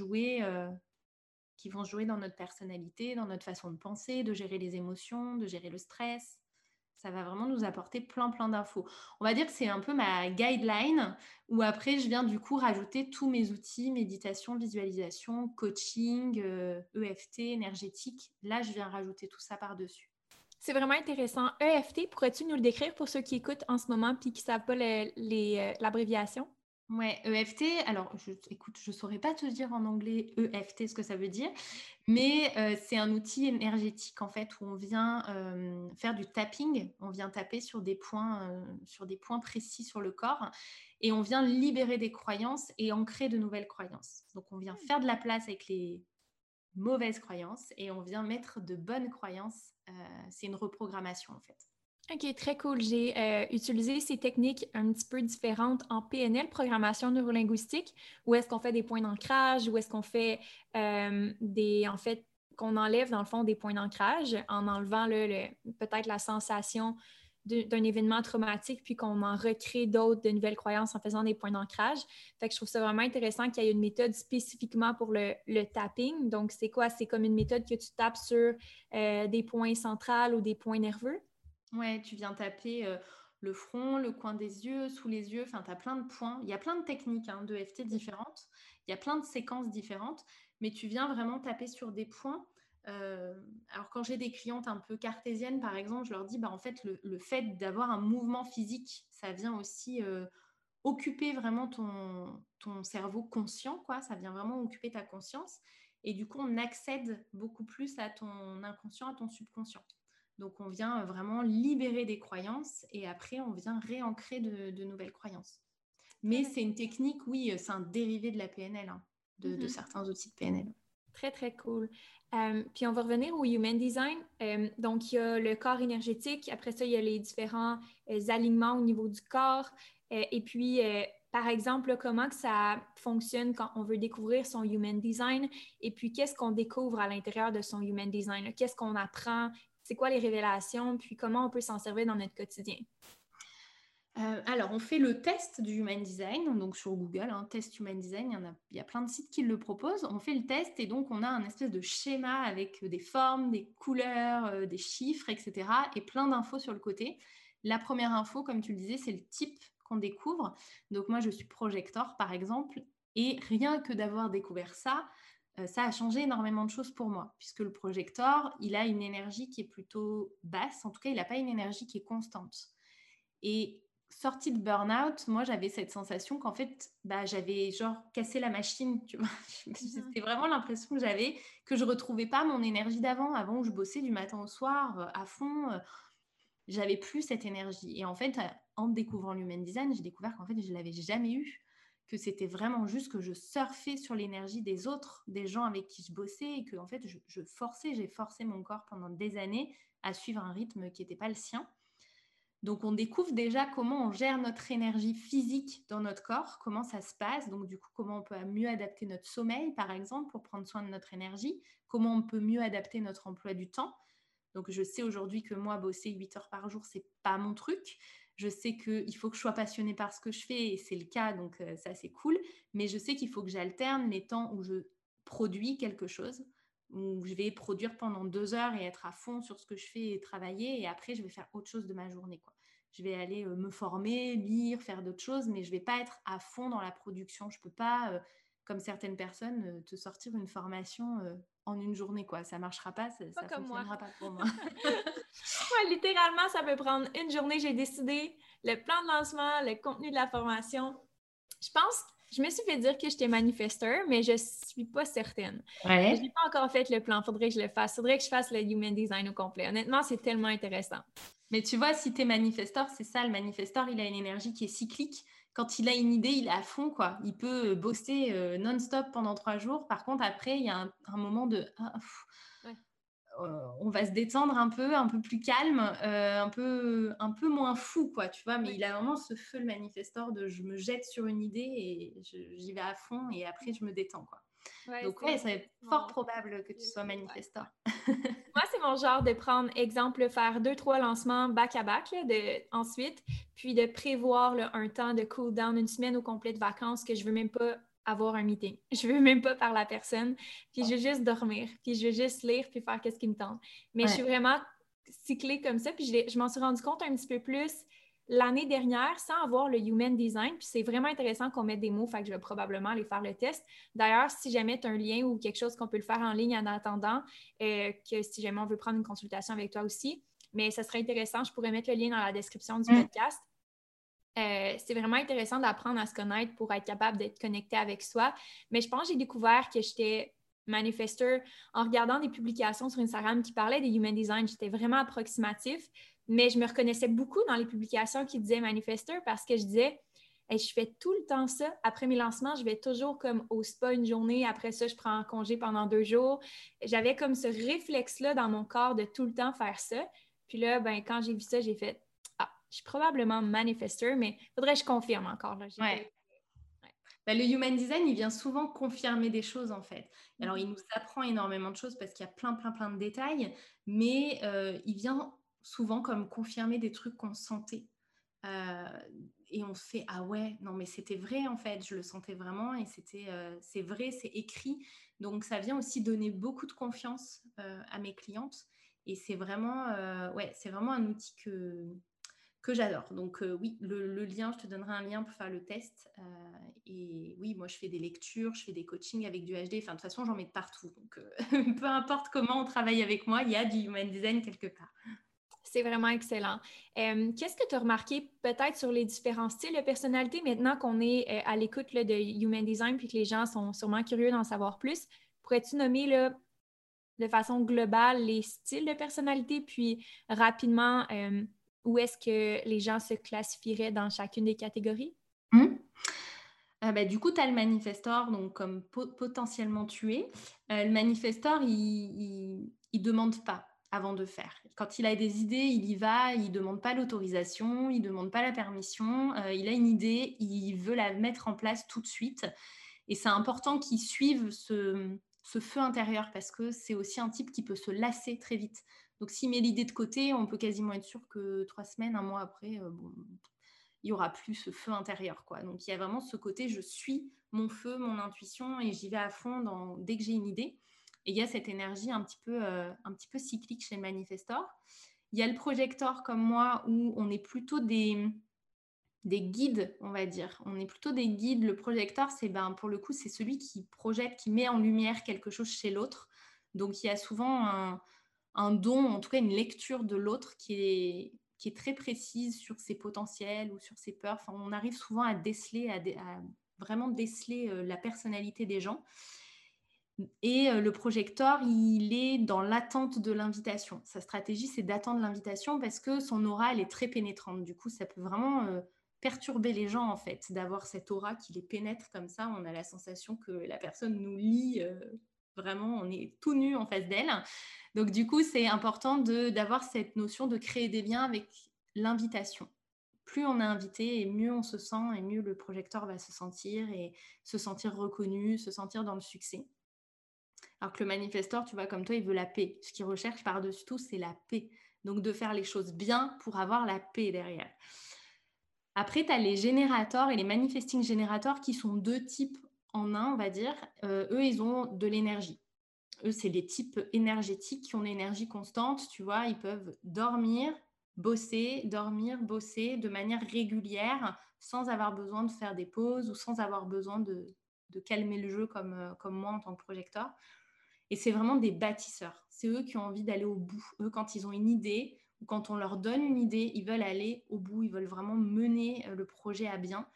qui vont jouer dans notre personnalité, dans notre façon de penser, de gérer les émotions, de gérer le stress. Ça va vraiment nous apporter plein, plein d'infos. On va dire que c'est un peu ma guideline où après, je viens du coup rajouter tous mes outils, méditation, visualisation, coaching, EFT, énergétique. Là, je viens rajouter tout ça par-dessus. C'est vraiment intéressant. EFT, pourrais-tu nous le décrire pour ceux qui écoutent en ce moment et qui ne savent pas l'abréviation? Ouais, EFT, alors écoute, je saurais pas te dire en anglais EFT ce que ça veut dire, mais c'est un outil énergétique en fait où on vient faire du tapping, on vient taper sur des points précis sur le corps et on vient libérer des croyances et ancrer de nouvelles croyances. Donc on vient faire de la place avec les mauvaises croyances et on vient mettre de bonnes croyances. C'est une reprogrammation en fait. OK, très cool. J'ai utilisé ces techniques un petit peu différentes en PNL, programmation neurolinguistique, où est-ce qu'on fait des points d'ancrage, où est-ce qu'on fait en fait, qu'on enlève dans le fond des points d'ancrage en enlevant peut-être la sensation d'un événement traumatique, puis qu'on en recrée d'autres, de nouvelles croyances en faisant des points d'ancrage. Fait que je trouve ça vraiment intéressant qu'il y ait une méthode spécifiquement pour le tapping. Donc, c'est quoi? C'est comme une méthode que tu tapes sur des points centrales ou des points nerveux? Ouais, tu viens taper le front, le coin des yeux, sous les yeux, enfin, tu as plein de points. Il y a plein de techniques de d'EFT différentes, il y a plein de séquences différentes, mais tu viens vraiment taper sur des points. Alors, quand j'ai des clientes un peu cartésiennes, par exemple, je leur dis, bah, en fait, le fait d'avoir un mouvement physique, ça vient aussi occuper vraiment ton cerveau conscient, quoi. Ça vient vraiment occuper ta conscience. Et du coup, on accède beaucoup plus à ton inconscient, à ton subconscient. Donc, on vient vraiment libérer des croyances et après, on vient réancrer de nouvelles croyances. Mais Très, c'est une technique, oui, c'est un dérivé de la PNL, de Mhm. certains outils de PNL. Très, très cool. Puis on va revenir au Human Design. Donc, il y a le corps énergétique. Après ça, il y a les différents alignements au niveau du corps. Et puis, par exemple, là, comment que ça fonctionne quand on veut découvrir son Human Design. Et puis, qu'est-ce qu'on découvre à l'intérieur de son Human Design? Là? Qu'est-ce qu'on apprend? C'est quoi les révélations? Puis, comment on peut s'en servir dans notre quotidien? Alors, on fait le test du Human Design, donc sur Google, test Human Design, il y a plein de sites qui le proposent. On fait le test et donc on a un espèce de schéma avec des formes, des couleurs, des chiffres, etc. et plein d'infos sur le côté. La première info, comme tu le disais, c'est le type qu'on découvre. Donc moi, je suis projecteur, par exemple, et rien que d'avoir découvert ça, ça a changé énormément de choses pour moi, puisque le projecteur, il a une énergie qui est plutôt basse. En tout cas, il n'a pas une énergie qui est constante. Et sortie de burn-out, moi, j'avais cette sensation qu'en fait, bah, j'avais genre cassé la machine, tu vois. Mhm. C'était vraiment l'impression que j'avais que je retrouvais pas mon énergie d'avant. Avant, où je bossais du matin au soir à fond, j'avais plus cette énergie. Et en fait, en découvrant l'human design, j'ai découvert qu'en fait, je l'avais jamais eu, que c'était vraiment juste que je surfais sur l'énergie des autres, des gens avec qui je bossais et que en fait, j'ai forcé mon corps pendant des années à suivre un rythme qui n'était pas le sien. Donc, on découvre déjà comment on gère notre énergie physique dans notre corps, comment ça se passe. Donc, du coup, comment on peut mieux adapter notre sommeil, par exemple, pour prendre soin de notre énergie. Comment on peut mieux adapter notre emploi du temps. Donc, je sais aujourd'hui que moi, bosser 8 heures par jour, c'est pas mon truc. Je sais qu'il faut que je sois passionnée par ce que je fais et c'est le cas, donc ça, c'est cool. Mais je sais qu'il faut que j'alterne les temps où je produis quelque chose, où je vais produire pendant 2 heures et être à fond sur ce que je fais et travailler. Et après, je vais faire autre chose de ma journée, quoi. Je vais aller me former, lire, faire d'autres choses, mais je ne vais pas être à fond dans la production. Je ne peux pas, comme certaines personnes, te sortir une formation en une journée, quoi. Ça ne marchera pas, ça Pas ne comme moi. fonctionnera pas pour moi. Ouais, littéralement, ça peut prendre une journée. J'ai décidé le plan de lancement, le contenu de la formation. Je pense, je me suis fait dire que j'étais manifesteur, mais je suis pas certaine. Je Ouais. n'ai pas encore fait le plan. Faudrait que je le fasse. Faudrait que je fasse le human design au complet. Honnêtement, c'est tellement intéressant. Mais tu vois, si tu es manifesteur, c'est ça, le manifesteur, il a une énergie qui est cyclique. Quand il a une idée, il est à fond, quoi. Il peut bosser non-stop pendant 3 jours. Par contre, après, il y a un moment de Ouais. on va se détendre un peu plus calme, un peu moins fou, quoi, tu vois. Mais Ouais. il a vraiment ce feu, le manifesteur, de je me jette sur une idée et j'y vais à fond et après, je me détends, quoi. Ouais, Donc, ouais, c'est fort mon... probable que tu sois ouais. manifesteur. Moi, c'est mon genre de prendre, exemple, faire 2, 3 lancements back-à-back, ensuite, puis de prévoir là, un temps de cool-down, une semaine au complet de vacances que je veux même pas avoir un meeting. Je veux même pas par la personne, puis je veux juste dormir, puis je veux juste lire, puis faire qu'est-ce qui me tente. Mais je suis Ouais. vraiment cyclée comme ça, puis je m'en suis rendu compte un petit peu plus l'année dernière sans avoir le human design, puis c'est vraiment intéressant qu'on mette des mots, fait que je vais probablement aller faire le test. D'ailleurs, si jamais tu as un lien ou quelque chose qu'on peut le faire en ligne en attendant, que si jamais on veut prendre une consultation avec toi aussi. Mais ça serait intéressant, je pourrais mettre le lien dans la description du podcast. C'est vraiment intéressant d'apprendre à se connaître pour être capable d'être connecté avec soi. Mais je pense que j'ai découvert que j'étais manifesteur en regardant des publications sur Instagram qui parlaient des human design. J'étais vraiment approximatif, mais je me reconnaissais beaucoup dans les publications qui disaient manifesteur parce que je disais hey, je fais tout le temps ça. Après mes lancements, je vais toujours comme au spa une journée. Après ça, je prends un congé pendant 2 jours. J'avais comme ce réflexe-là dans mon corps de tout le temps faire ça. Puis là, ben, quand j'ai vu ça, j'ai fait ah, je suis probablement manifesteur, mais il faudrait que je confirme encore. Là. J'ai Ouais. pas... Bah, le human design, il vient souvent confirmer des choses, en fait. Alors, il Mhm. nous apprend énormément de choses parce qu'il y a plein de détails, mais il vient souvent comme confirmer des trucs qu'on sentait. Euh, et on se fait, ah ouais, non, mais c'était vrai, en fait, je le sentais vraiment et c'est vrai, c'est écrit. Donc, ça vient aussi donner beaucoup de confiance à mes clientes. Et ouais, c'est vraiment un outil que j'adore. Donc oui, le lien, je te donnerai un lien pour faire le test. Et oui, moi, je fais des lectures, je fais des coachings avec du HD. Enfin, de toute façon, j'en mets de partout. Donc, peu importe comment on travaille avec moi, il y a du human design quelque part. C'est vraiment excellent. Qu'est-ce que tu as remarqué peut-être sur les différents styles de personnalité maintenant qu'on est à l'écoute là, de Human Design puis que les gens sont sûrement curieux d'en savoir plus? Pourrais-tu nommer là, de façon globale les styles de personnalité puis rapidement où est-ce que les gens se classifieraient dans chacune des catégories? Mmh. Bah, du coup, tu as le manifestor, donc comme potentiellement tué. Le manifestor, il demande pas avant de faire. Quand il a des idées, il y va, il demande pas l'autorisation, il demande pas la permission. Il a une idée, il veut la mettre en place tout de suite. Et c'est important qu'il suive ce feu intérieur parce que c'est aussi un type qui peut se lasser très vite. Donc, s'il met l'idée de côté, on peut quasiment être sûr que 3 semaines, un mois après, bon, il y aura plus ce feu intérieur, quoi. Donc, il y a vraiment ce côté, je suis mon feu, mon intuition et j'y vais à fond dès que j'ai une idée. Et il y a cette énergie un petit peu cyclique chez le manifestor. Il y a le projecteur comme moi où on est plutôt des guides, on va dire. On est plutôt des guides. Le projecteur, pour le coup, c'est celui qui projette, qui met en lumière quelque chose chez l'autre. Donc, il y a souvent un don, en tout cas une lecture de l'autre qui est très précise sur ses potentiels ou sur ses peurs. Enfin, on arrive souvent à déceler, à vraiment déceler la personnalité des gens. Et le projecteur, il est dans l'attente de l'invitation. Sa stratégie, c'est d'attendre l'invitation parce que son aura, elle est très pénétrante. Du coup, ça peut vraiment perturber les gens, en fait, d'avoir cette aura qui les pénètre comme ça. On a la sensation que la personne nous lie, vraiment, on est tout nu en face d'elle. Donc du coup, c'est important d'avoir cette notion de créer des liens avec l'invitation. Plus on est invité et mieux on se sent et mieux le projecteur va se sentir et se sentir reconnu, se sentir dans le succès. Alors que le manifesteur, tu vois, comme toi, il veut la paix. Ce qu'il recherche par-dessus tout, c'est la paix. Donc de faire les choses bien pour avoir la paix derrière. Après, tu as les générateurs et les manifesting générateurs qui sont deux types en un, on va dire. Eux, ils ont de l'énergie. Eux, c'est les types énergétiques qui ont l'énergie constante. Tu vois, ils peuvent dormir, bosser de manière régulière sans avoir besoin de faire des pauses ou sans avoir besoin de calmer le jeu comme moi en tant que projecteur. Et c'est vraiment des bâtisseurs. C'est eux qui ont envie d'aller au bout. Eux, quand ils ont une idée ou quand on leur donne une idée, ils veulent aller au bout. Ils veulent vraiment mener le projet à bien.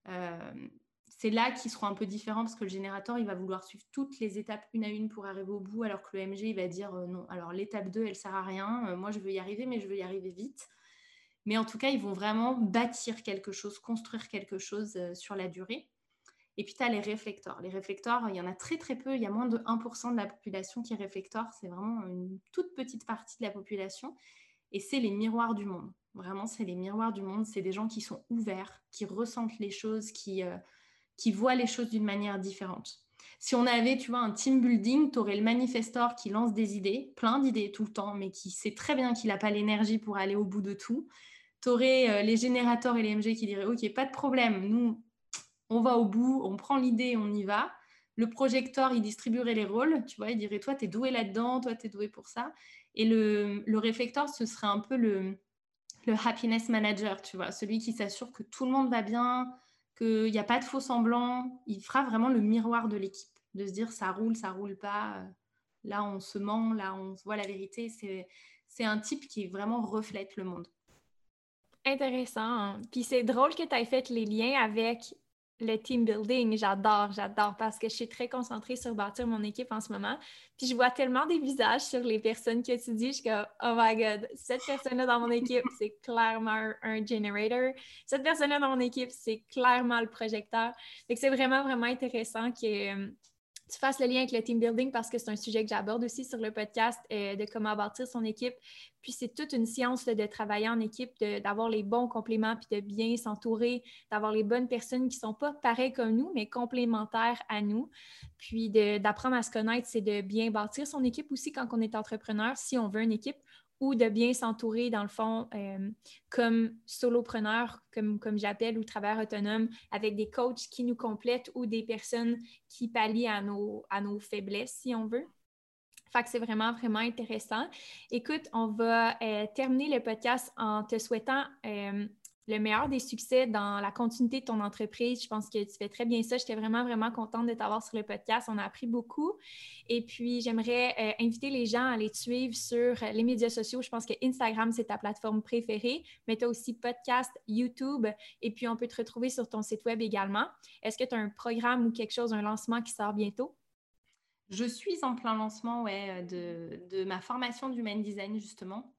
C'est là qu'ils seront un peu différents parce que le générateur, il va vouloir suivre toutes les étapes une à une pour arriver au bout, alors que le MG, il va dire non. Alors, l'étape 2, elle ne sert à rien. Moi, je veux y arriver, mais je veux y arriver vite. Mais en tout cas, ils vont vraiment bâtir quelque chose, construire quelque chose sur la durée. Et puis, tu as les réflecteurs. Les réflecteurs, il y en a très, très peu. Il y a moins de 1% de la population qui est réflecteur. C'est vraiment une toute petite partie de la population. Et c'est les miroirs du monde. Vraiment, c'est les miroirs du monde. C'est des gens qui sont ouverts, qui ressentent les choses, qui voient les choses d'une manière différente. Si on avait, tu vois, un team building, tu aurais le manifestor qui lance des idées, plein d'idées tout le temps, mais qui sait très bien qu'il n'a pas l'énergie pour aller au bout de tout. Tu aurais les générateurs et les MG qui diraient « Ok, pas de problème, nous, on va au bout, on prend l'idée, on y va. » Le projecteur, il distribuerait les rôles, tu vois, il dirait « Toi, tu es doué là-dedans, toi, tu es doué pour ça. » Et le réflecteur, ce serait un peu le happiness manager, tu vois, celui qui s'assure que tout le monde va bien, qu'il n'y a pas de faux semblants. Il fera vraiment le miroir de l'équipe, de se dire ça roule pas. Là, on se ment, là, on voit la vérité. C'est un type qui vraiment reflète le monde. Intéressant. Puis c'est drôle que tu aies fait les liens avec le team building. J'adore parce que je suis très concentrée sur bâtir mon équipe en ce moment. Puis je vois tellement des visages sur les personnes que tu dis. Je suis comme, oh my God, cette personne-là dans mon équipe, c'est clairement un generator. Cette personne-là dans mon équipe, c'est clairement le projecteur. Fait que c'est vraiment, vraiment intéressant que tu fasses le lien avec le team building parce que c'est un sujet que j'aborde aussi sur le podcast de comment bâtir son équipe. Puis c'est toute une science là, de travailler en équipe, d'avoir les bons compléments, puis de bien s'entourer, d'avoir les bonnes personnes qui ne sont pas pareilles comme nous, mais complémentaires à nous. Puis d'apprendre à se connaître, c'est de bien bâtir son équipe aussi quand on est entrepreneur, si on veut une équipe, ou de bien s'entourer, dans le fond, comme solopreneur, comme j'appelle, ou travailleur autonome, avec des coachs qui nous complètent ou des personnes qui pallient à nos faiblesses, si on veut. Fait que c'est vraiment, vraiment intéressant. Écoute, on va terminer le podcast en te souhaitant le meilleur des succès dans la continuité de ton entreprise. Je pense que tu fais très bien ça. J'étais vraiment, vraiment contente de t'avoir sur le podcast. On a appris beaucoup. Et puis, j'aimerais inviter les gens à aller te suivre sur les médias sociaux. Je pense que Instagram, c'est ta plateforme préférée, mais tu as aussi podcast, YouTube, et puis on peut te retrouver sur ton site web également. Est-ce que tu as un programme ou quelque chose, un lancement qui sort bientôt? Je suis en plein lancement de ma formation d'Human Design, justement,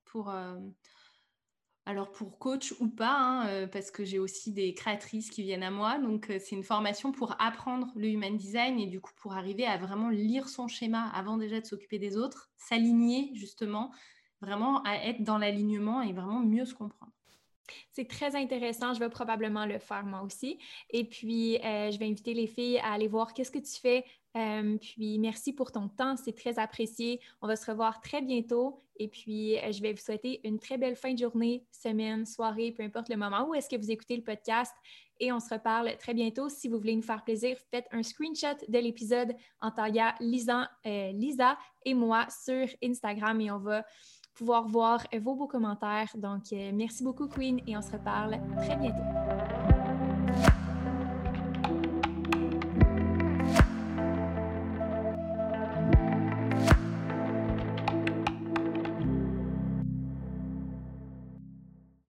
alors pour coach ou pas, parce que j'ai aussi des créatrices qui viennent à moi. Donc, c'est une formation pour apprendre le Human Design et du coup, pour arriver à vraiment lire son schéma avant déjà de s'occuper des autres, s'aligner justement, vraiment à être dans l'alignement et vraiment mieux se comprendre. C'est très intéressant. Je vais probablement le faire moi aussi. Et puis, je vais inviter les filles à aller voir qu'est-ce que tu fais. Puis, merci pour ton temps. C'est très apprécié. On va se revoir très bientôt. Et puis, je vais vous souhaiter une très belle fin de journée, semaine, soirée, peu importe le moment où est-ce que vous écoutez le podcast. Et on se reparle très bientôt. Si vous voulez nous faire plaisir, faites un screenshot de l'épisode en taguant Lisa et moi sur Instagram et on va pouvoir voir vos beaux commentaires. Donc, merci beaucoup, Queen, et on se reparle très bientôt.